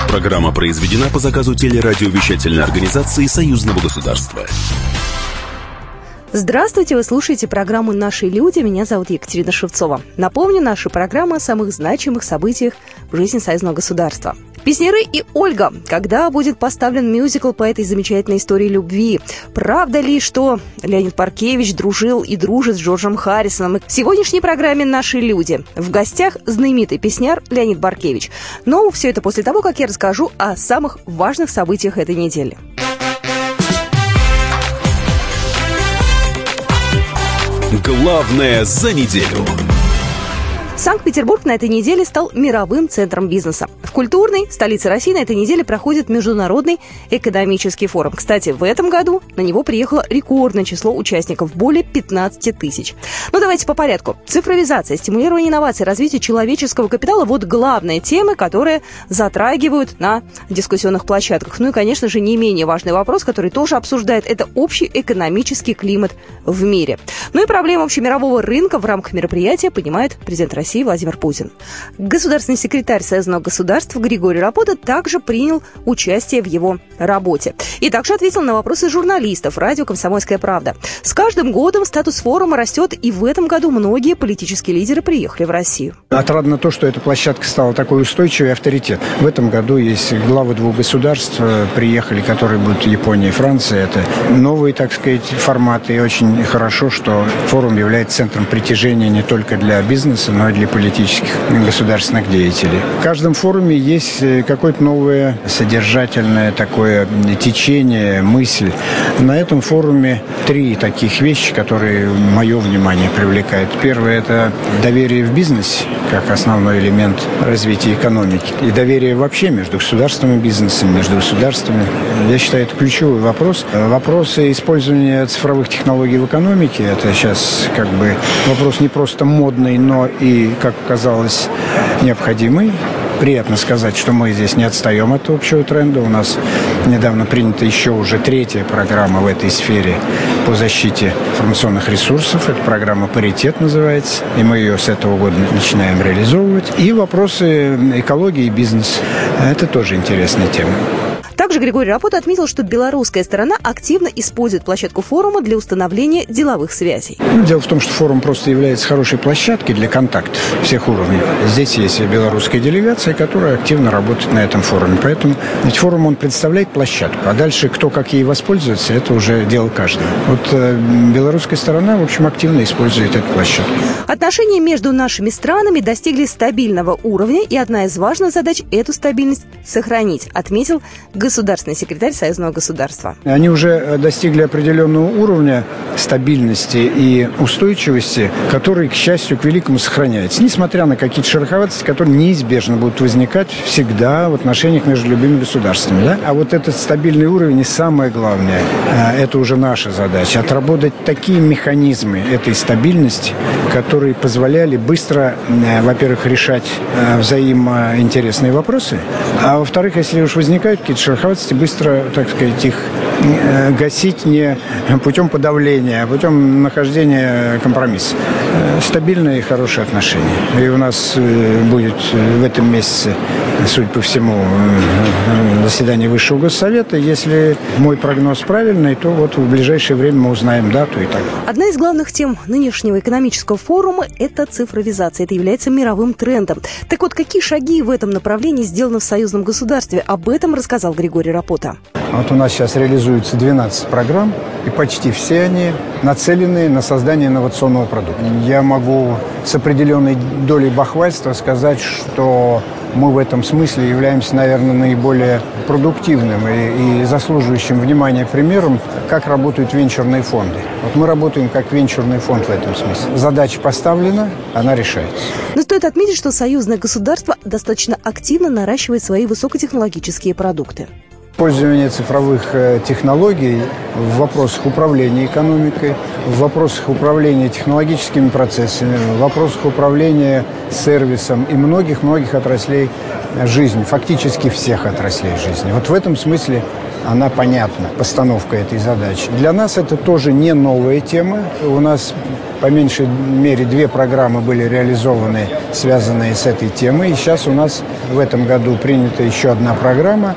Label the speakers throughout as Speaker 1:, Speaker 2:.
Speaker 1: Программа произведена по заказу телерадиовещательной организации Союзного государства.
Speaker 2: Здравствуйте, вы слушаете программу «Наши люди». Меня зовут Екатерина Шевцова. Напомню, наша программа о самых значимых событиях в жизни Союзного государства. «Песняры» и «Ольга». Когда будет поставлен мюзикл по этой замечательной истории любви? Правда ли, что Леонид Баркевич дружил и дружит с Джорджем Харрисоном? В сегодняшней программе «Наши люди» в гостях знаменитый песняр Леонид Баркевич. Но все это после того, как я расскажу о самых важных событиях этой недели.
Speaker 1: Главное за неделю.
Speaker 2: Санкт-Петербург на этой неделе стал мировым центром бизнеса. В культурной столице России на этой неделе проходит Международный экономический форум. Кстати, в этом году на него приехало рекордное число участников – более 15 тысяч. Но давайте по порядку. Цифровизация, стимулирование инноваций, развитие человеческого капитала – вот главные темы, которые затрагивают на дискуссионных площадках. Ну и, конечно же, не менее важный вопрос, который тоже обсуждает – это общий экономический климат в мире. Ну и проблему общемирового рынка в рамках мероприятия понимает президент России Владимир Путин. Государственный секретарь Союзного государства Григорий Рапота также принял участие в его работе. И также ответил на вопросы журналистов радио «Комсомольская правда». С каждым годом статус форума растет, и в этом году многие политические лидеры приехали в Россию.
Speaker 3: Отрадно то, что эта площадка стала такой устойчивый авторитет. В этом году есть главы двух государств приехали, которые будут Япония и Франция. Это новые, так сказать, форматы. И очень хорошо, что форум является центром притяжения не только для бизнеса, но и для политических и государственных деятелей. В каждом форуме есть какое-то новое содержательное такое течение, мысль. На этом форуме три таких вещи, которые мое внимание привлекают. Первое – это доверие в бизнесе, как основной элемент развития экономики. И доверие вообще между государством и бизнесом, между государствами. Я считаю, это ключевой вопрос. Вопросы использования цифровых технологий в экономике – это сейчас как бы вопрос не просто модный, но и, как оказалось, необходимый. Приятно сказать, что мы здесь не отстаем от общего тренда. У нас недавно принята еще уже третья программа в этой сфере по защите информационных ресурсов. Эта программа «Паритет» называется, и мы ее с этого года начинаем реализовывать. И вопросы экологии и бизнеса. Это тоже интересная тема.
Speaker 2: Также Григорий Рапота отметил, что белорусская сторона активно использует площадку форума для установления деловых связей.
Speaker 3: Дело в том, что форум просто является хорошей площадкой для контактов всех уровней. Здесь есть белорусская делегация, которая активно работает на этом форуме. Поэтому форум он представляет площадку. А дальше кто как ей воспользуется, это уже дело каждого. Вот белорусская сторона, в общем, активно использует эту площадку.
Speaker 2: Отношения между нашими странами достигли стабильного уровня, и одна из важных задач – эту стабильность сохранить, отметил государственный секретарь Союзного государства.
Speaker 3: Они уже достигли определенного уровня стабильности и устойчивости, который, к счастью, к великому сохраняется. Несмотря на какие-то шероховатости, которые неизбежно будут возникать всегда в отношениях между любыми государствами. Да? А вот этот стабильный уровень и самое главное, это уже наша задача. Отработать такие механизмы этой стабильности, которые позволяли быстро, во-первых, решать взаимоинтересные вопросы, а во-вторых, если уж возникают какие-то шероховатости, быстро, так сказать, их гасить не путем подавления, а путем нахождения компромисса. Стабильные и хорошие отношения. И у нас будет в этом месяце, судя по всему, заседание Высшего Госсовета. Если мой прогноз правильный, то вот в ближайшее время мы узнаем дату и так далее.
Speaker 2: Одна из главных тем нынешнего экономического форума – это цифровизация. Это является мировым трендом. Так вот, какие шаги в этом направлении сделаны в союзном государстве? Об этом рассказал Григорий Рапота.
Speaker 3: Вот у нас сейчас реализуется 12 программ, и почти все они нацелены на создание инновационного продукта. Я могу с определенной долей бахвальства сказать, что мы в этом смысле являемся, наверное, наиболее продуктивным и заслуживающим внимания примером, как работают венчурные фонды. Вот мы работаем как венчурный фонд в этом смысле. Задача поставлена, она решается.
Speaker 2: Но стоит отметить, что союзное государство достаточно активно наращивает свои высокотехнологические продукты.
Speaker 3: Использование цифровых технологий в вопросах управления экономикой, в вопросах управления технологическими процессами, в вопросах управления сервисом и многих-многих отраслей жизни, фактически всех отраслей жизни. Вот в этом смысле она понятна, постановка этой задачи. Для нас это тоже не новая тема. У нас по меньшей мере 2 программы были реализованы, связанные с этой темой. И сейчас у нас в этом году принята еще одна программа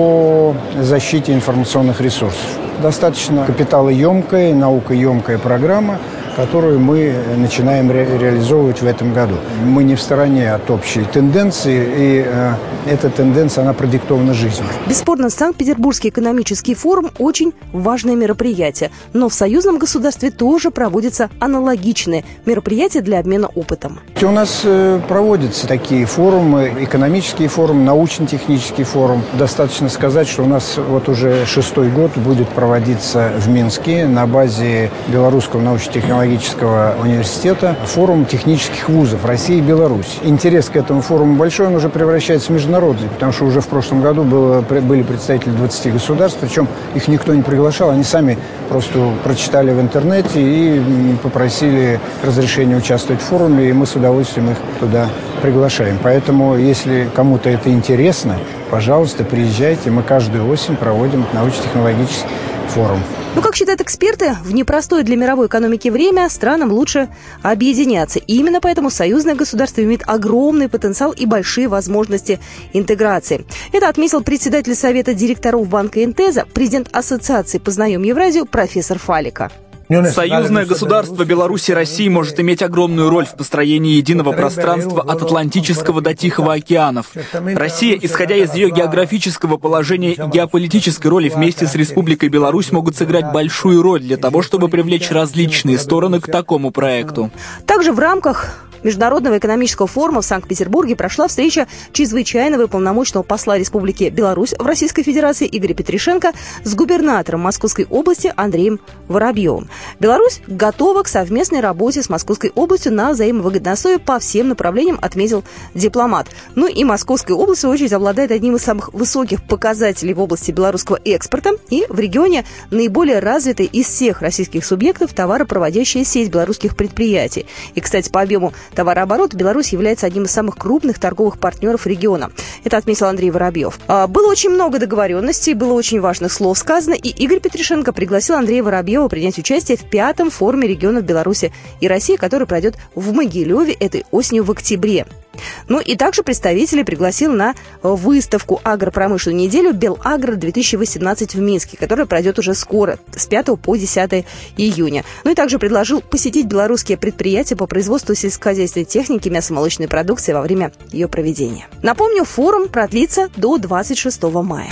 Speaker 3: по защите информационных ресурсов. Достаточно капиталоемкая, наукоемкая программа, которую мы начинаем реализовывать в этом году. Мы не в стороне от общей тенденции, и эта тенденция, она продиктована жизнью.
Speaker 2: Бесспорно, Санкт-Петербургский экономический форум – очень важное мероприятие. Но в союзном государстве тоже проводятся аналогичные мероприятия для обмена опытом.
Speaker 3: У нас проводятся такие форумы, экономический форум, научно-технический форум. Достаточно сказать, что у нас вот уже 6-й год будет проводиться в Минске на базе Белорусского научно-технологического университета форум технических вузов России и Беларуси. Интерес к этому форуму большой, он уже превращается в международный, потому что уже в прошлом году были представители 20 государств, причем их никто не приглашал, они сами просто прочитали в интернете и попросили разрешения участвовать в форуме, и мы с удовольствием их туда приглашаем. Поэтому, если кому-то это интересно, пожалуйста, приезжайте. Мы каждую осень проводим научно-технологический форум.
Speaker 2: Ну, как считают эксперты, в непростое для мировой экономики время странам лучше объединяться. И именно поэтому союзное государство имеет огромный потенциал и большие возможности интеграции. Это отметил председатель Совета директоров банка «Интеза», президент Ассоциации «Познаем Евразию» профессор Фалика.
Speaker 4: Союзное государство Беларуси и России может иметь огромную роль в построении единого пространства от Атлантического до Тихого океанов. Россия, исходя из ее географического положения и геополитической роли, вместе с Республикой Беларусь могут сыграть большую роль для того, чтобы привлечь различные стороны к такому проекту.
Speaker 2: Также в рамках Международного экономического форума в Санкт-Петербурге прошла встреча чрезвычайного и полномочного посла Республики Беларусь в Российской Федерации Игоря Петришенко с губернатором Московской области Андреем Воробьевым. Беларусь готова к совместной работе с Московской областью на взаимовыгодной основе по всем направлениям, отметил дипломат. Ну и Московская область, в свою очередь, обладает одним из самых высоких показателей в области белорусского экспорта и в регионе наиболее развитой из всех российских субъектов товаропроводящая сеть белорусских предприятий. И, кстати, по объему товарооборота Беларусь является одним из самых крупных торговых партнеров региона. Это отметил Андрей Воробьев. Было очень много договоренностей, было очень важных слов сказано, и Игорь Петришенко пригласил Андрея Воробьева принять участие в 5-м форуме регионов Беларуси и России, который пройдет в Могилеве этой осенью в октябре. Ну и также представителей пригласил на выставку «Агропромышленную неделю Белагро-2018» в Минске, которая пройдет уже скоро, с 5 по 10 июня. Ну и также предложил посетить белорусские предприятия по производству сельскохозяйственной техники, мясомолочной продукции во время ее проведения. Напомню, форум продлится до 26 мая.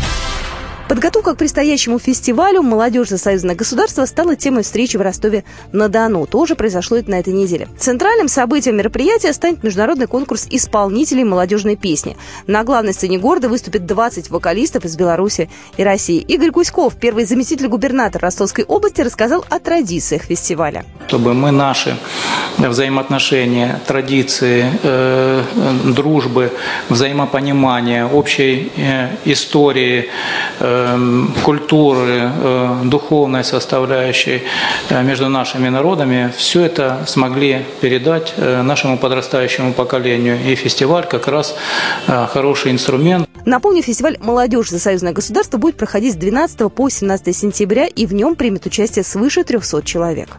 Speaker 2: Подготовка к предстоящему фестивалю «Молодежь за союзное государство» стала темой встречи в Ростове-на-Дону. Тоже произошло это на этой неделе. Центральным событием мероприятия станет международный конкурс исполнителей молодежной песни. На главной сцене города выступит 20 вокалистов из Беларуси и России. Игорь Гуськов, первый заместитель губернатора Ростовской области, рассказал о традициях фестиваля.
Speaker 5: Чтобы мы наши взаимоотношения, традиции, дружбы, взаимопонимания, общей истории, культуры, духовной составляющей между нашими народами, все это смогли передать нашему подрастающему поколению. И фестиваль как раз хороший инструмент.
Speaker 2: Напомню, фестиваль «Молодежь за союзное государство» будет проходить с 12 по 17 сентября, и в нем примет участие свыше 300 человек.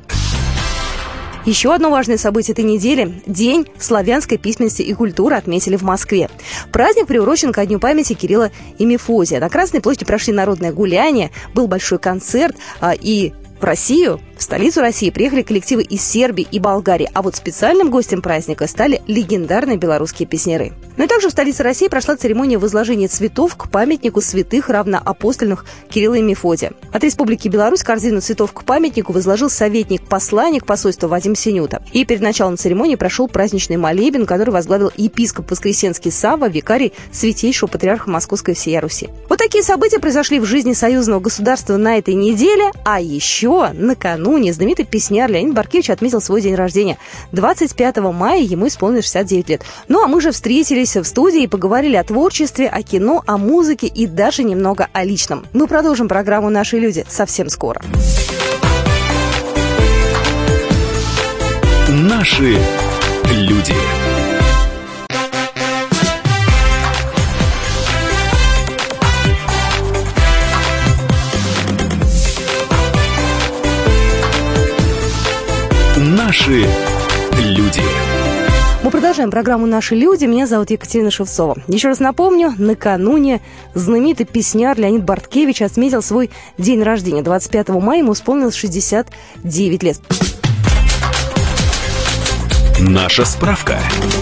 Speaker 2: Еще одно важное событие этой недели – День славянской письменности и культуры отметили в Москве. Праздник приурочен ко Дню памяти Кирилла и Мефодия. На Красной площади прошли народные гуляния, был большой концерт, и в Россию, в столицу России, приехали коллективы из Сербии и Болгарии. А вот специальным гостем праздника стали легендарные белорусские песняры. Ну и также в столице России прошла церемония возложения цветов к памятнику святых равноапостольных Кирилла и Мефодия. От Республики Беларусь корзину цветов к памятнику возложил советник-посланник посольства Вадим Синюта. И перед началом церемонии прошел праздничный молебен, который возглавил епископ Воскресенский Савва, викарий Святейшего Патриарха Московской всея Руси. Вот такие события произошли в жизни союзного государства на этой неделе, а еще накануне знаменитый песняр Леонид Баркевич отметил свой день рождения. 25 мая ему исполнилось 69 лет. Ну а мы же встретились в студии и поговорили о творчестве, о кино, о музыке и даже немного о личном. Мы продолжим программу «Наши люди» совсем скоро.
Speaker 1: Наши люди. Наши люди.
Speaker 2: Мы продолжаем программу «Наши люди». Меня зовут Екатерина Шевцова. Еще раз напомню, накануне знаменитый песняр Леонид Борткевич отметил свой день рождения. 25 мая ему исполнилось 69 лет.
Speaker 1: Наша справка.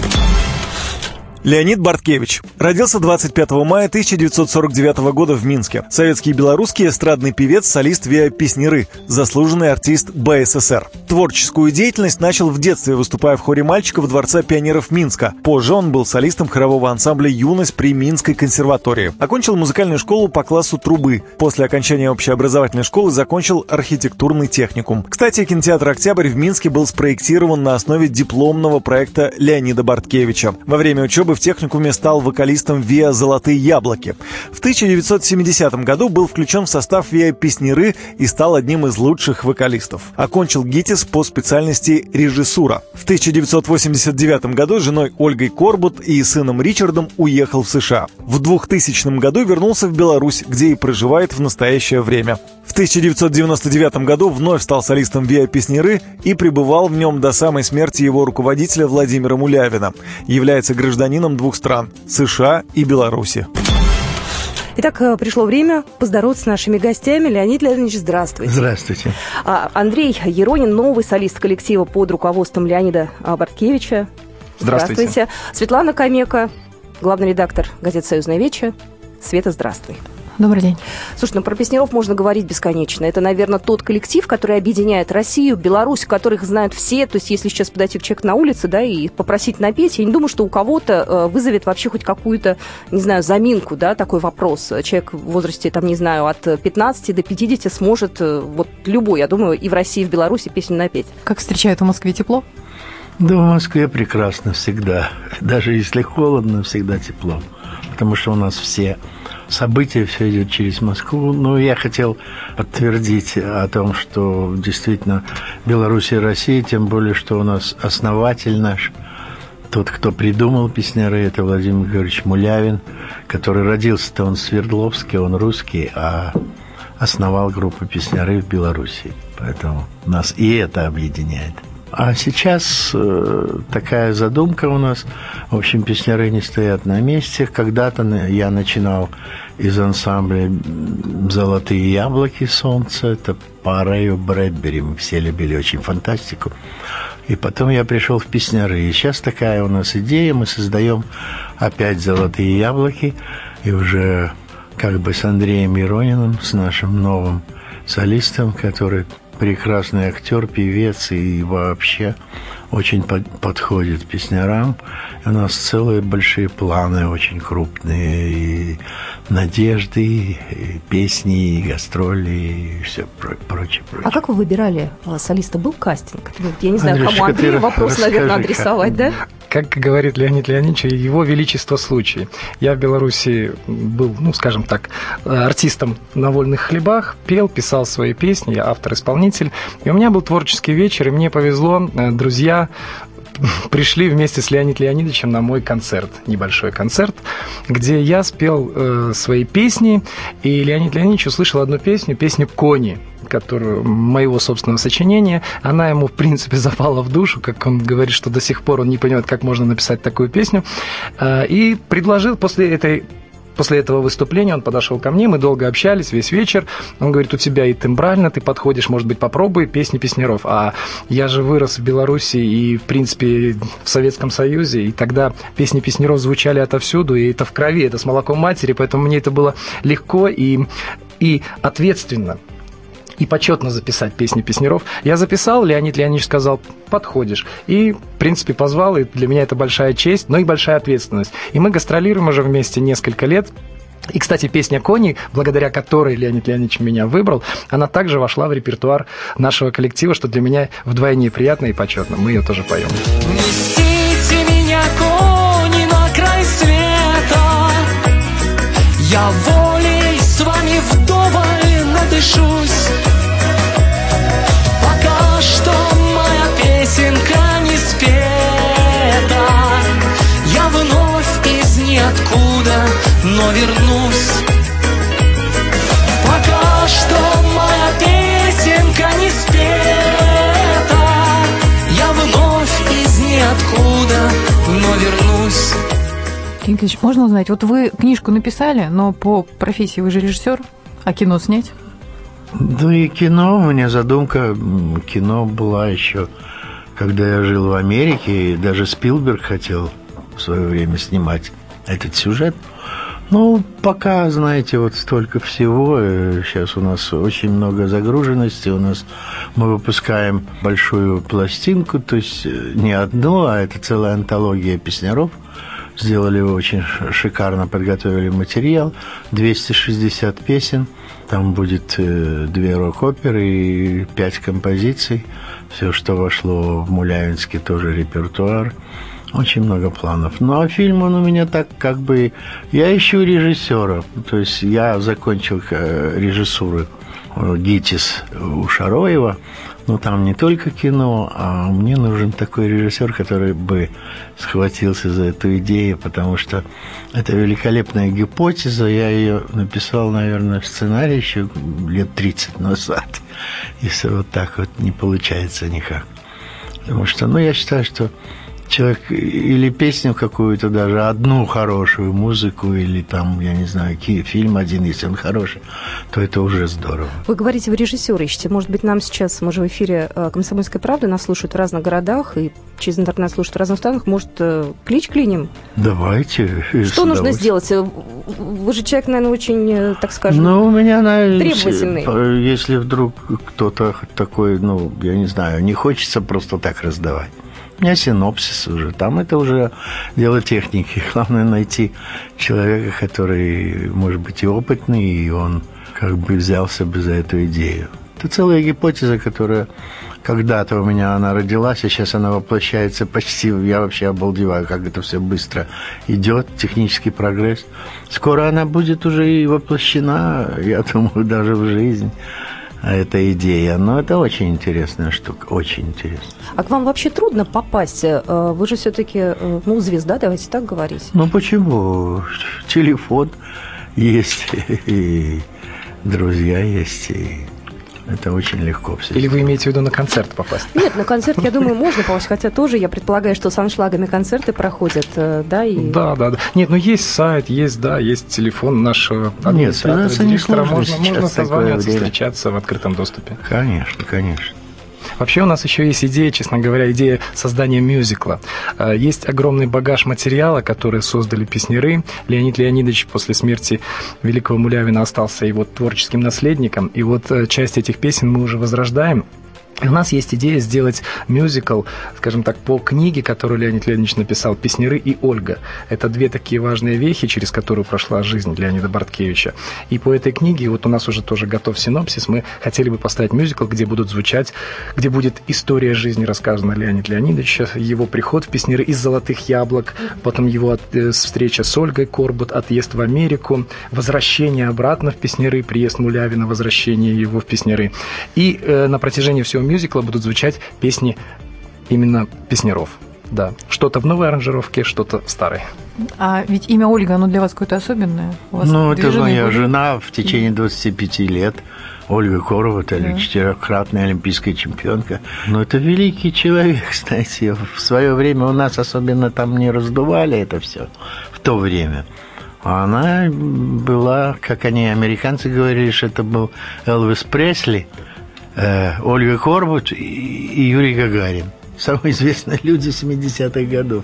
Speaker 6: Леонид Борткевич родился 25 мая 1949 года в Минске. Советский и белорусский эстрадный певец, солист Виа Песняры, заслуженный артист БССР. Творческую деятельность начал в детстве, выступая в хоре мальчиков Дворца пионеров Минска. Позже он был солистом хорового ансамбля «Юность» при Минской консерватории. Окончил музыкальную школу по классу трубы. После окончания общеобразовательной школы закончил архитектурный техникум. Кстати, кинотеатр «Октябрь» в Минске был спроектирован на основе дипломного проекта Леонида Борткевича. Во время учебы в техникуме стал вокалистом Виа «Золотые яблоки». В 1970 году был включен в состав Виа Песняры и стал одним из лучших вокалистов. Окончил ГИТИС по специальности режиссура. В 1989 году с женой Ольгой Корбут и сыном Ричардом уехал в США. В 2000 году вернулся в Беларусь, где и проживает в настоящее время. В 1999 году вновь стал солистом Виа Песняры и пребывал в нем до самой смерти его руководителя Владимира Мулявина. Является гражданином двух стран – США и Беларуси.
Speaker 2: Итак, пришло время поздороваться с нашими гостями. Леонид Леонидович, здравствуйте.
Speaker 7: Здравствуйте.
Speaker 2: Андрей Еронин, новый солист коллектива под руководством Леонида Борткевича. Здравствуйте. Светлана Камека, главный редактор газеты «Союзная Веча». Света, здравствуй.
Speaker 8: Добрый день.
Speaker 2: Слушай, про песняров можно говорить бесконечно. Это, наверное, тот коллектив, который объединяет Россию, Беларусь, которых знают все. То есть, если сейчас подойти к человеку на улице, да, и попросить напеть, я не думаю, что у кого-то вызовет вообще хоть какую-то, не знаю, заминку, да, такой вопрос. Человек в возрасте, там, не знаю, от 15 до 50 сможет, вот любой, я думаю, и в России, и в Беларуси песню напеть.
Speaker 8: Как встречают в Москве тепло?
Speaker 7: Да, в Москве прекрасно всегда. Даже если холодно, всегда тепло. Потому что у нас все события, все идет через Москву. Но я хотел подтвердить о том, что действительно Беларусь и Россия, тем более, что у нас основатель наш, тот, кто придумал песняры, это Владимир Григорьевич Мулявин, который родился-то он в Свердловске, он русский, а основал группу песняры в Беларуси. Поэтому нас и это объединяет. А сейчас такая задумка у нас. В общем, песняры не стоят на месте. Когда-то я начинал из ансамбля «Золотые яблоки. Солнце». Это по Рэю Брэдбери. Мы все любили очень фантастику. И потом я пришел в песняры. И сейчас такая у нас идея. Мы создаем опять «Золотые яблоки». И уже как бы с Андреем Ерониным, с нашим новым солистом, который прекрасный актер, певец и вообще очень подходит песнярам. И у нас целые большие планы, очень крупные, и надежды, и песни, и гастроли, и все прочее.
Speaker 2: А как вы выбирали солиста? Был кастинг? Я не знаю, кому Андрею вопрос, наверное, адресовать, да?
Speaker 9: Как говорит Леонид Леонидович, его величество случай. Я в Беларуси был, скажем так, артистом на вольных хлебах, пел, писал свои песни, я автор-исполнитель. И у меня был творческий вечер, и мне повезло, друзья пришли вместе с Леонидом Леонидовичем на мой концерт, небольшой концерт, где я спел свои песни, и Леонид Леонидович услышал одну песню «Кони», которую моего собственного сочинения. Она ему, в принципе, запала в душу, как он говорит, что до сих пор он не понимает, как можно написать такую песню, и предложил после этого выступления, он подошел ко мне, мы долго общались весь вечер. Он говорит, у тебя и тембрально ты подходишь, может быть, попробуй песни песняров. А я же вырос в Беларуси и, в принципе, в Советском Союзе, и тогда песни песняров звучали отовсюду, и это в крови, это с молоком матери, поэтому мне это было легко и ответственно. И почетно записать песни песняров. Я записал, Леонид Леонидович сказал, подходишь. И, в принципе, позвал, и для меня это большая честь, но и большая ответственность. И мы гастролируем уже вместе несколько лет. И, кстати, песня «Кони», благодаря которой Леонид Леонидович меня выбрал, она также вошла в репертуар нашего коллектива, что для меня вдвойне приятно и почетно. Мы ее тоже поем.
Speaker 10: Несите меня, кони, на край света, я волей с вами вдоволь надышусь. Пока что моя песенка не вернусь. Пока что моя песенка не спета, я вновь из ниоткуда, но вернусь.
Speaker 8: Евгений Николаевич, можно узнать, вот вы книжку написали, но по профессии вы же режиссер, а кино снять?
Speaker 7: Ну и кино, у меня задумка, кино была еще, когда я жил в Америке, и даже Спилберг хотел в свое время снимать этот сюжет. Ну, пока, знаете, вот столько всего, сейчас у нас очень много загруженности, мы выпускаем большую пластинку, то есть не одну, а это целая антология песняров. Сделали очень шикарно, подготовили материал, 260 песен, там будет 2 рок-оперы и 5 композиций, все, что вошло в Мулявинский тоже репертуар, очень много планов. Ну, а фильм он у меня так, как бы, я ищу режиссера, то есть я закончил режиссуру ГИТИС у Шароева, но там не только кино, а мне нужен такой режиссер, который бы схватился за эту идею, потому что это великолепная гипотеза. Я ее написал, наверное, в сценарий еще лет 30 назад. Если вот так вот не получается никак. Потому что, я считаю, что человек или песню какую-то, даже одну хорошую музыку, или там, я не знаю, фильм один, если он хороший, то это уже здорово.
Speaker 2: Вы говорите, вы режиссера ищете. Может быть, нам сейчас, мы же в эфире «Комсомольской правды», нас слушают в разных городах и через интернет слушают в разных странах. Может, клич клиним?
Speaker 7: Давайте.
Speaker 2: Что нужно сделать? Вы же человек, наверное, очень, так скажем,
Speaker 7: у меня,
Speaker 2: требовательный.
Speaker 7: Если вдруг кто-то такой, я не знаю, не хочется просто так раздавать. У меня синопсис уже. Там это уже дело техники. Главное найти человека, который, может быть, и опытный, и он как бы взялся бы за эту идею. Это целая гипотеза, которая когда-то у меня она родилась, а сейчас она воплощается почти. Я вообще обалдеваю, как это все быстро идет, технический прогресс. Скоро она будет уже и воплощена, я думаю, даже в жизнь. Эта идея. Но это очень интересная штука, очень интересная.
Speaker 2: А к вам вообще трудно попасть? Вы же все-таки, звезда, давайте так говорить.
Speaker 7: Почему? Телефон есть, и друзья есть, и это очень легко все.
Speaker 9: Или вы имеете в виду на концерт попасть?
Speaker 2: Нет, на концерт, я думаю, можно попасть, хотя тоже, я предполагаю, что с аншлагами концерты проходят, да? И...
Speaker 9: Да. Нет, есть сайт, есть телефон нашего администратора, директора. Можно созваниваться, встречаться в открытом доступе.
Speaker 7: Конечно.
Speaker 9: Вообще у нас еще есть идея, честно говоря, идея создания мюзикла. Есть огромный багаж материала, который создали песняры. Леонид Леонидович после смерти великого Мулявина остался его творческим наследником. И вот часть этих песен мы уже возрождаем. И у нас есть идея сделать мюзикл, скажем так, по книге, которую Леонид Леонидович написал, «Песняры» и «Ольга». Это 2 такие важные вехи, через которые прошла жизнь Леонида Борткевича. И по этой книге, вот у нас уже тоже готов синопсис, мы хотели бы поставить мюзикл, где будет история жизни рассказана Леонида Леонидовича, его приход в «Песняры» из «Золотых яблок», потом его встреча с Ольгой Корбут, отъезд в Америку, возвращение обратно в «Песняры», приезд Мулявина, возвращение его в «Песняры». И на протяжении всего мюзикла будут звучать песни именно песняров. Да, что-то в новой аранжировке, что-то в старой.
Speaker 8: А ведь имя Ольга, оно для вас какое-то особенное?
Speaker 7: Это моя жена в течение 25 лет. Ольга Корбут, 4-кратная олимпийская чемпионка. Это великий человек, знаете. В свое время у нас особенно там не раздували это все в то время. Она была, как они, американцы говорили, что это был Элвис Пресли, Ольга Корбут и Юрий Гагарин. Самые известные люди 70-х годов.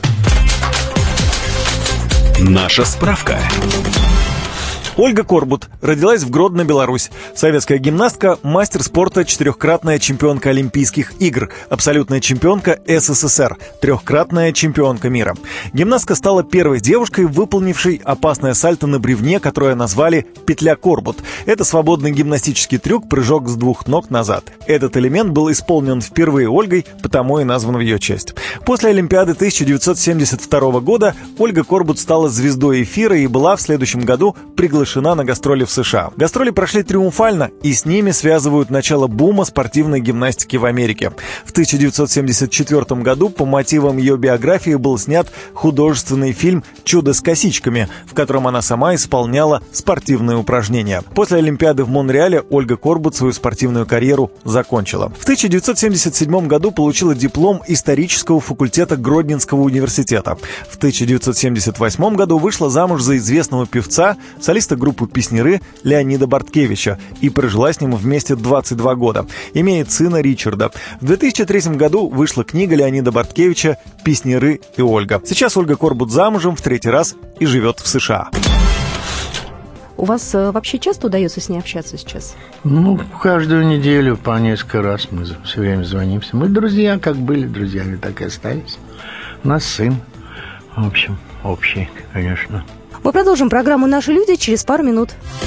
Speaker 1: Наша справка.
Speaker 6: Ольга Корбут родилась в Гродно, Беларусь. Советская гимнастка, мастер спорта, 4-кратная чемпионка Олимпийских игр, абсолютная чемпионка СССР, 3-кратная чемпионка мира. Гимнастка стала первой девушкой, выполнившей опасное сальто на бревне, которое назвали «петля Корбут». Это свободный гимнастический трюк, прыжок с 2 ног назад. Этот элемент был исполнен впервые Ольгой, потому и назван в ее честь. После Олимпиады 1972 года Ольга Корбут стала звездой эфира и была в следующем году приглашена приглашена на гастроли в США. Гастроли прошли триумфально, и с ними связывают начало бума спортивной гимнастики в Америке. В 1974 году по мотивам ее биографии был снят художественный фильм «Чудо с косичками», в котором она сама исполняла спортивные упражнения. После Олимпиады в Монреале Ольга Корбут свою спортивную карьеру закончила. В 1977 году получила диплом исторического факультета Гродненского университета. В 1978 году вышла замуж за известного певца, солиста группы «Песняры» Леонида Борткевича и прожила с ним вместе 22 года. Имеет сына Ричарда. В 2003 году вышла книга Леонида Борткевича «Песняры и Ольга». Сейчас Ольга Корбут замужем в 3-й раз и живет в США.
Speaker 2: У вас вообще часто удается с ней общаться сейчас?
Speaker 7: Каждую неделю по несколько раз мы все время звонимся. Мы друзья, как были друзьями, так и остались. У нас сын, в общем, общий, конечно.
Speaker 2: Мы продолжим программу «Наши люди» через пару минут.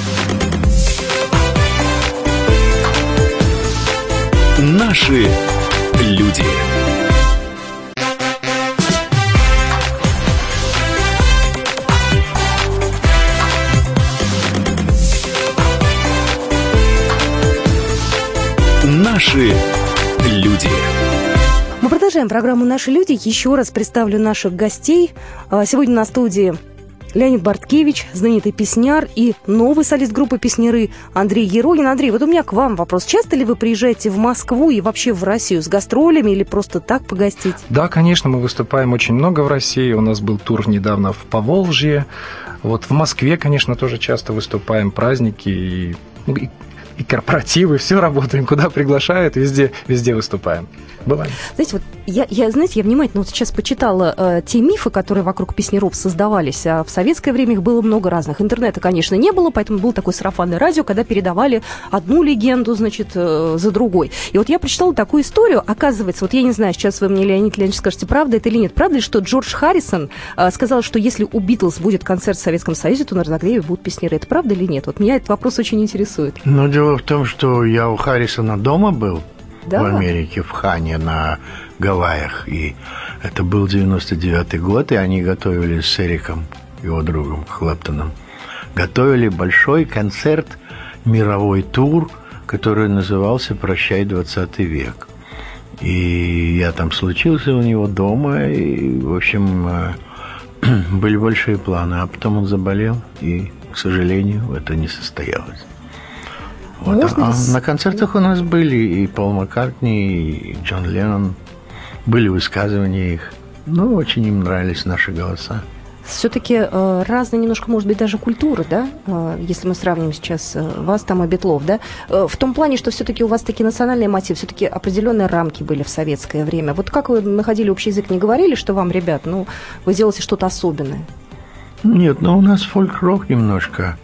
Speaker 1: Наши люди. Наши люди.
Speaker 2: Мы продолжаем программу «Наши люди». Еще раз представлю наших гостей. Сегодня на студии Леонид Борткевич, знаменитый песняр, и новый солист группы «Песняры» Андрей Ерогин. Андрей, вот у меня к вам вопрос. Часто ли вы приезжаете в Москву и вообще в Россию с гастролями или просто так погостить?
Speaker 9: Да, конечно, мы выступаем очень много в России. У нас был тур недавно в Поволжье. Вот в Москве, конечно, тоже часто выступаем, праздники и корпоративы, все работаем, куда приглашают, везде выступаем. Бывает.
Speaker 2: Знаете, вот я внимательно вот сейчас почитала те мифы, которые вокруг песняров создавались. А в советское время их было много разных. Интернета, конечно, не было, поэтому был такой сарафанное радио, когда передавали одну легенду, значит, за другой. И вот я прочитала такую историю. Оказывается, вот я не знаю, сейчас вы мне, Леонид Леонидович, скажете, правда это или нет. Правда ли, что Джордж Харрисон сказал, что если у Битлз будет концерт в Советском Союзе, то на разогреве будут песняры. Это правда или нет? Вот меня этот вопрос очень интересует.
Speaker 7: Дело в том, что я у Харрисона дома был.
Speaker 2: Да?
Speaker 7: В Америке, в Хане, на Гавайях. И это был 99-й год, и они готовили с Эриком, его другом Клэптоном, готовили большой концерт, мировой тур, который назывался «Прощай, 20 век». И я там случился у него дома, и, в общем, были большие планы. А потом он заболел, и, к сожалению, это не состоялось. Вот. На концертах у нас были и Пол Маккартни, и Джон Леннон. Были высказывания их. Очень им нравились наши голоса.
Speaker 2: Все-таки разные немножко, может быть, даже культуры, да? Если мы сравним сейчас вас там и Битлов, да? В том плане, что все-таки у вас такие национальные мотивы, все-таки определенные рамки были в советское время. Вот как вы находили общий язык? Не говорили, что вам, ребят, вы делаете что-то особенное?
Speaker 7: Нет, у нас фольк-рок немножко.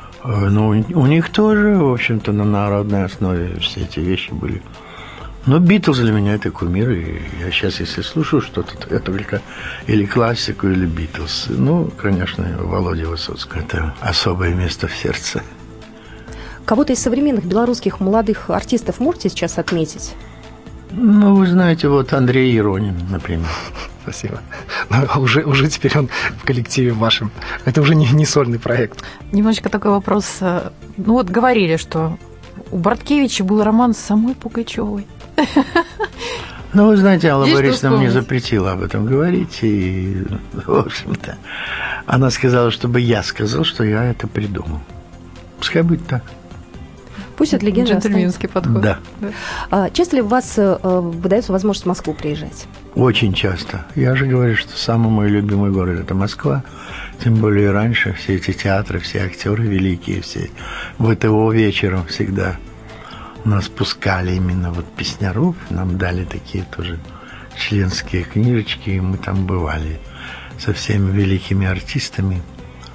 Speaker 7: У них тоже, в общем-то, на народной основе все эти вещи были. Но Битлз для меня это кумир, и я сейчас, если слушаю что-то, то это только или классику, или Битлз. Конечно, Володя Высоцкий – это особое место в сердце.
Speaker 2: Кого-то из современных белорусских молодых артистов можете сейчас отметить?
Speaker 7: Вы знаете, вот Андрей Еронин, например.
Speaker 9: Спасибо. Уже теперь он в коллективе вашем. Это уже не сольный проект.
Speaker 8: Немножечко такой вопрос. Говорили, что у Борткевича был роман с самой Пугачевой.
Speaker 7: Вы знаете, Алла Борисовна мне запретила об этом говорить. И, в общем-то, она сказала, чтобы я сказал, что я это придумал. Пускай будет так.
Speaker 2: Пусть это легенда
Speaker 8: джентльменский подход.
Speaker 7: Да.
Speaker 2: Часто ли у вас выдается возможность в Москву приезжать?
Speaker 7: Очень часто. Я же говорю, что самый мой любимый город – это Москва. Тем более раньше все эти театры, все актеры великие, все ВТО вечером всегда нас пускали именно песняров. Нам дали такие тоже членские книжечки, и мы там бывали со всеми великими артистами.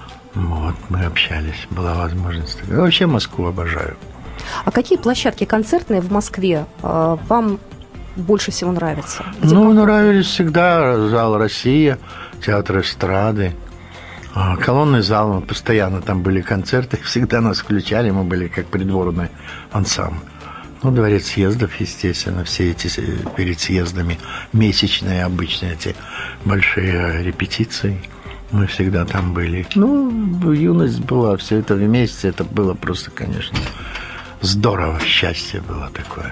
Speaker 7: Мы общались, была возможность. Я вообще Москву обожаю.
Speaker 2: А какие площадки концертные в Москве вам больше всего нравятся?
Speaker 7: Нравились всегда зал «Россия», театр эстрады, колонный зал. Мы постоянно там были концерты, всегда нас включали, мы были как придворный ансамбль. Дворец съездов, естественно, все эти перед съездами месячные обычно эти большие репетиции. Мы всегда там были. Ну, юность была, все это вместе, это было просто, конечно, здорово, счастье было такое.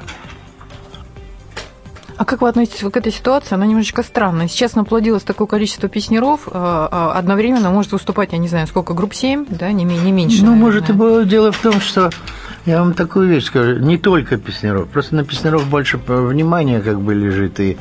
Speaker 8: А как вы относитесь к этой ситуации? Она немножечко странная. Сейчас наплодилось такое количество песняров, одновременно может выступать, я не знаю, сколько, групп 7, да, не меньше.
Speaker 7: Ну,
Speaker 8: наверное.
Speaker 7: может, и дело в том, что я вам такую вещь скажу, не только песняров, просто на песняров больше внимания как бы лежит, и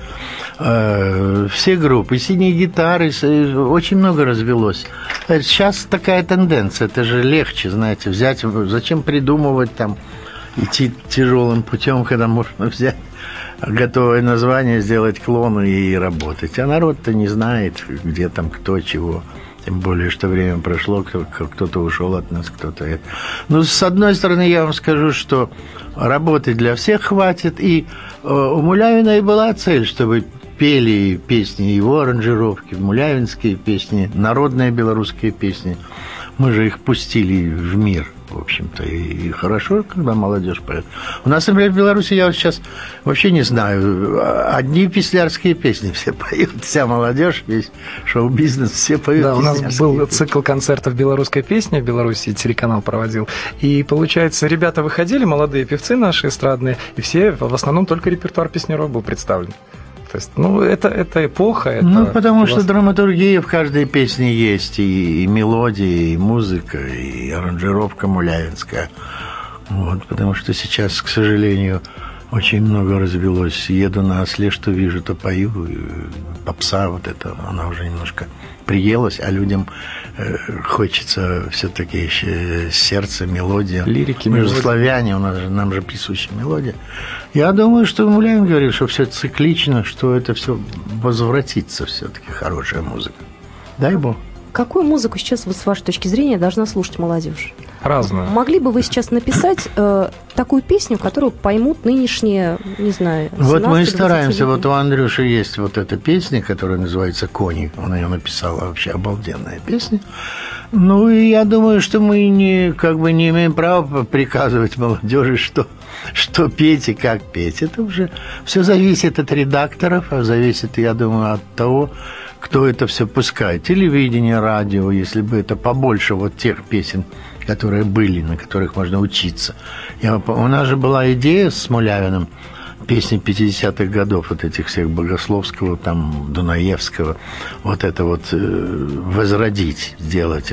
Speaker 7: все группы, синие гитары, очень много развелось. Сейчас такая тенденция, это же легче, знаете, взять, зачем придумывать там, идти тяжелым путем, когда можно взять готовое название, сделать клон и работать. А народ-то не знает, где там кто, чего. Тем более, что время прошло, кто-то ушел от нас, кто-то... Ну, с одной стороны, я вам скажу, что работы для всех хватит. И у Мулявина и была цель, чтобы пели песни, его аранжировки, мулявинские песни, народные белорусские песни. Мы же их пустили в мир, в общем-то, и хорошо, когда молодежь поет. У нас, например, в Беларуси, я вот сейчас вообще не знаю, одни песнярские песни все поют, вся молодежь, весь шоу-бизнес, все поют.
Speaker 9: Да, у нас был цикл концертов белорусской песни в Беларуси, телеканал проводил, и, получается, ребята выходили, молодые певцы наши эстрадные, и все, в основном, только репертуар песняров был представлен. То есть, ну, это эпоха. Это
Speaker 7: ну, потому что драматургия в каждой песне есть, и мелодия, и музыка, и аранжировка мулявинская. Вот, потому что сейчас, к сожалению, очень много развелось. Еду на осле, что вижу, то пою. Попса вот это, она уже немножко приелась, а людям хочется все-таки сердце, мелодия.
Speaker 9: Лирики,
Speaker 7: мы же славяне, нам же присуща мелодия. Я думаю, что Мулявин говорит, что все циклично, что это все возвратится все-таки, хорошая музыка. Дай бог.
Speaker 2: Какую музыку сейчас, вот, с вашей точки зрения, должна слушать молодежь?
Speaker 9: Разную.
Speaker 2: Могли бы вы сейчас написать такую песню, которую поймут нынешние, не знаю, 17,
Speaker 7: вот мы и стараемся. Вот у Андрюши есть вот эта песня, которая называется «Кони». Он ее написал, вообще обалденная песня. Ну, и я думаю, что мы не имеем права приказывать молодежи, что петь и как петь. Это уже все зависит от редакторов, а зависит, я думаю, от того, кто это все пускает. Телевидение, радио, если бы это побольше вот тех песен, которые были, на которых можно учиться. У нас же была идея с Мулявиным, песни 50-х годов, вот этих всех Богословского, там, Дунаевского, вот это вот возродить, сделать.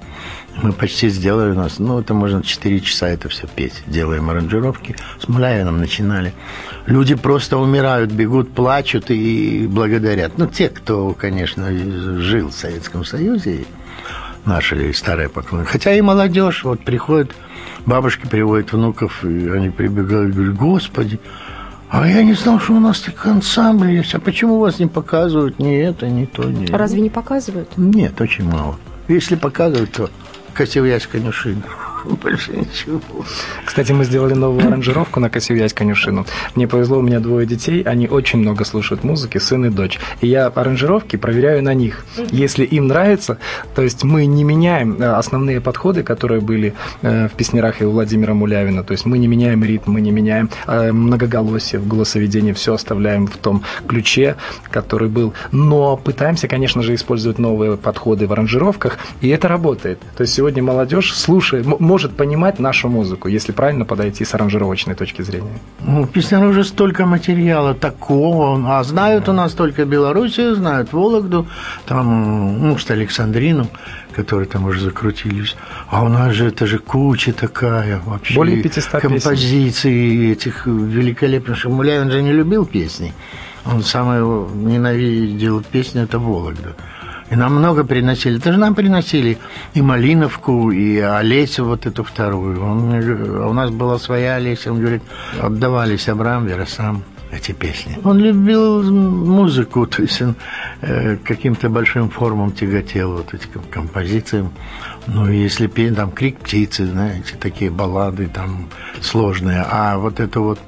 Speaker 7: Мы почти сделали у нас, это можно 4 часа это все петь. Делаем аранжировки, с Мулявиным начинали. Люди просто умирают, бегут, плачут и благодарят. Те, кто, конечно, жил в Советском Союзе, наши старые поклонники. Хотя и молодежь, вот приходит, бабушки приводят внуков, и они прибегают, говорят: Господи, а я не знал, что у нас такой ансамбль есть. А почему вас не показывают ни это, ни то, ни это?
Speaker 2: Разве не показывают?
Speaker 7: Нет, очень мало. Если показывают, то «Косев'язь конюшина». Больше ничего.
Speaker 9: Кстати, мы сделали новую аранжировку на «Косев'язь конюшину». Мне повезло, у меня 2 детей, они очень много слушают музыки, сын и дочь. И я аранжировки проверяю на них. Если им нравится, то есть мы не меняем основные подходы, которые были в песнярах и у Владимира Мулявина. То есть мы не меняем ритм, мы не меняем многоголосие в голосоведении, все оставляем в том ключе, который был. Но пытаемся, конечно же, использовать новые подходы в аранжировках, и это работает. То есть сегодня молодежь слушает, может понимать нашу музыку, если правильно подойти с аранжировочной точки зрения.
Speaker 7: Песняров уже столько материала такого, а знают у нас только Белоруссию, знают Вологду, там, что Александрину, которые там уже закрутились. А у нас же это же куча такая вообще.
Speaker 9: Более 500
Speaker 7: композиций этих великолепных. Что Мулявин же не любил песни. Он самый ненавидел песню, это Вологда. И нам много приносили. Это же нам приносили и Малиновку, и Олесю вот эту вторую. У нас была своя Олеся. Он говорит, отдавались Абрам, Веросам эти песни. Он любил музыку, то есть он каким-то большим формам тяготел вот этим композициям. Если петь, там «Крик птицы», знаете, такие баллады там сложные. А вот это вот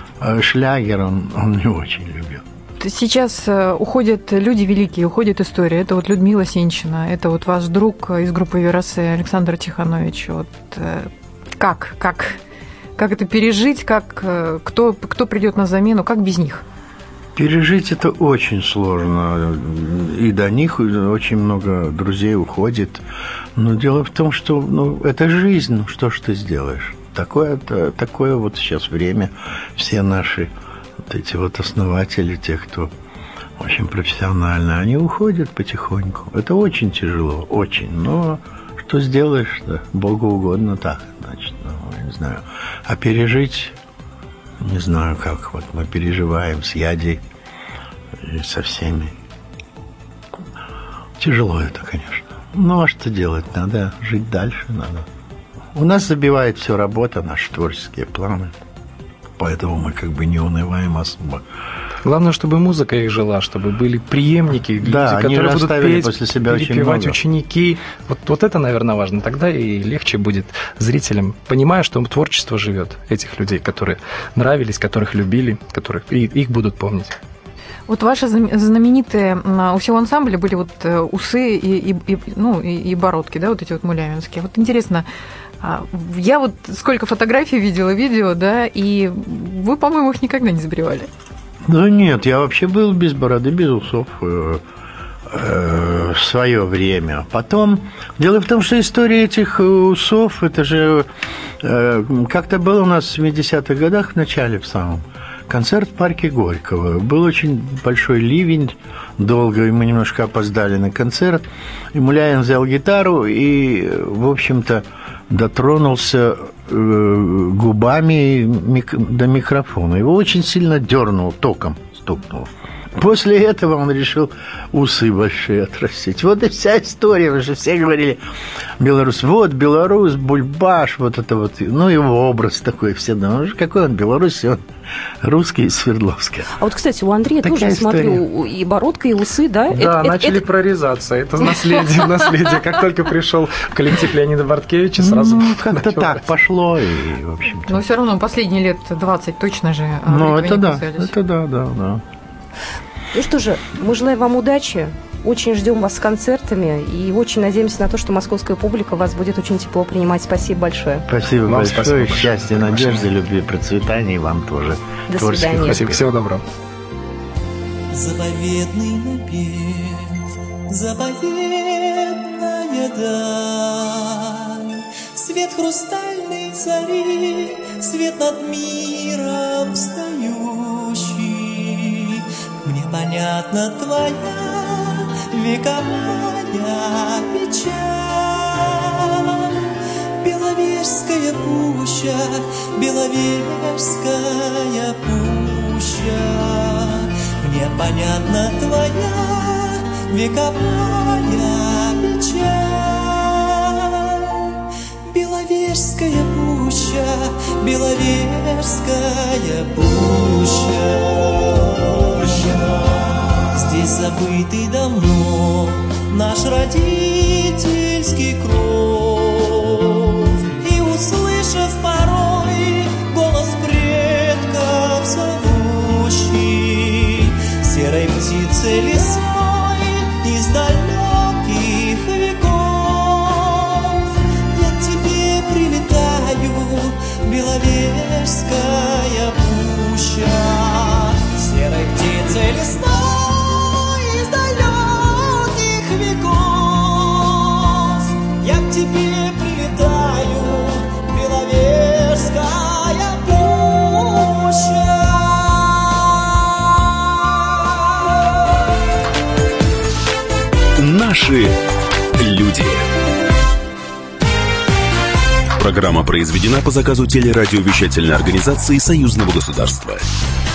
Speaker 7: шлягер он не очень любил.
Speaker 8: Сейчас уходят люди великие, уходит история. Это вот Людмила Сенчина, это вот ваш друг из группы «Веросе» Александр Тиханович. Вот как это пережить, кто придет на замену, как без них?
Speaker 7: Пережить это очень сложно. И до них очень много друзей уходит. Но дело в том, что это жизнь. Что ж ты сделаешь? Такое вот сейчас время. Все наши вот эти вот основатели, те, кто очень профессионально, они уходят потихоньку. Это очень тяжело, очень. Но что сделаешь-то? Богу угодно так, значит, я не знаю. А пережить, не знаю, как вот мы переживаем с Ядей и со всеми. Тяжело это, конечно. Ну, а что делать? Надо жить дальше, надо. У нас забивает все работа, наши творческие планы. Поэтому мы как бы не унываем особо.
Speaker 9: Главное, чтобы музыка их жила, чтобы были преемники, люди, которые будут петь, после себя перепевать, ученики. Вот это, наверное, важно. Тогда и легче будет зрителям, понимая, что творчество живет этих людей, которые нравились, которых любили, которых и их будут помнить.
Speaker 8: Вот ваши знаменитые у всего ансамбля были вот усы и бородки, да, вот эти вот мулявинские. Вот интересно, я вот сколько фотографий видела, видео, да, и вы, по-моему, их никогда не сбривали.
Speaker 7: Да нет, я вообще был без бороды, без усов в свое время. Потом, дело в том, что история этих усов, это же как-то было у нас в 70-х годах, в начале, в самом, концерт в парке Горького. Был очень большой ливень, долго, и мы немножко опоздали на концерт. И Муляев взял гитару и, в общем-то, дотронулся губами до микрофона. Его очень сильно дернул, током стукнул. После этого он решил усы большие отрастить. Вот и вся история. Потому что все говорили, белорус, вот белорус, бульбаш, вот это вот. Ну, его образ такой. Все думают, какой он белорус, он русский из Свердловска.
Speaker 2: А вот, кстати, у Андрея такая тоже, история. Смотрю, и бородка, и усы, да?
Speaker 9: Да, начали прорезаться. Это наследие. Как только пришел коллектив Леонида Борткевича, сразу
Speaker 7: как-то так пошло. И, в общем-то.
Speaker 8: Но все равно последние лет 20 точно же.
Speaker 7: Ну, это да.
Speaker 2: Ну что же, мы желаем вам удачи, очень ждем вас с концертами и очень надеемся на то, что московская публика вас будет очень тепло принимать. Спасибо большое.
Speaker 7: Спасибо вам большое. Счастья, надежды, любви, процветания и вам тоже.
Speaker 2: До свидания.
Speaker 9: Спасибо, всего доброго.
Speaker 10: Заповедный напев, заповедная даль, свет хрустальной зари, свет над миром встающий. Мне понятна твоя вековая печаль. Беловежская пуща, Беловежская пуща. Мне понятна твоя вековая печаль. Беловежская пуща, Беловежская пуща. Здесь забытый давно наш родительский кров. И услышав порой голос предков зовущий, серой птицей лесной из далеких веков, я к тебе прилетаю, Беловежская пуща, серой птицей лесной. Тебе прилетаю, Беловежская пуща.
Speaker 1: Наши люди. Программа произведена по заказу телерадиовещательной организации Союзного государства.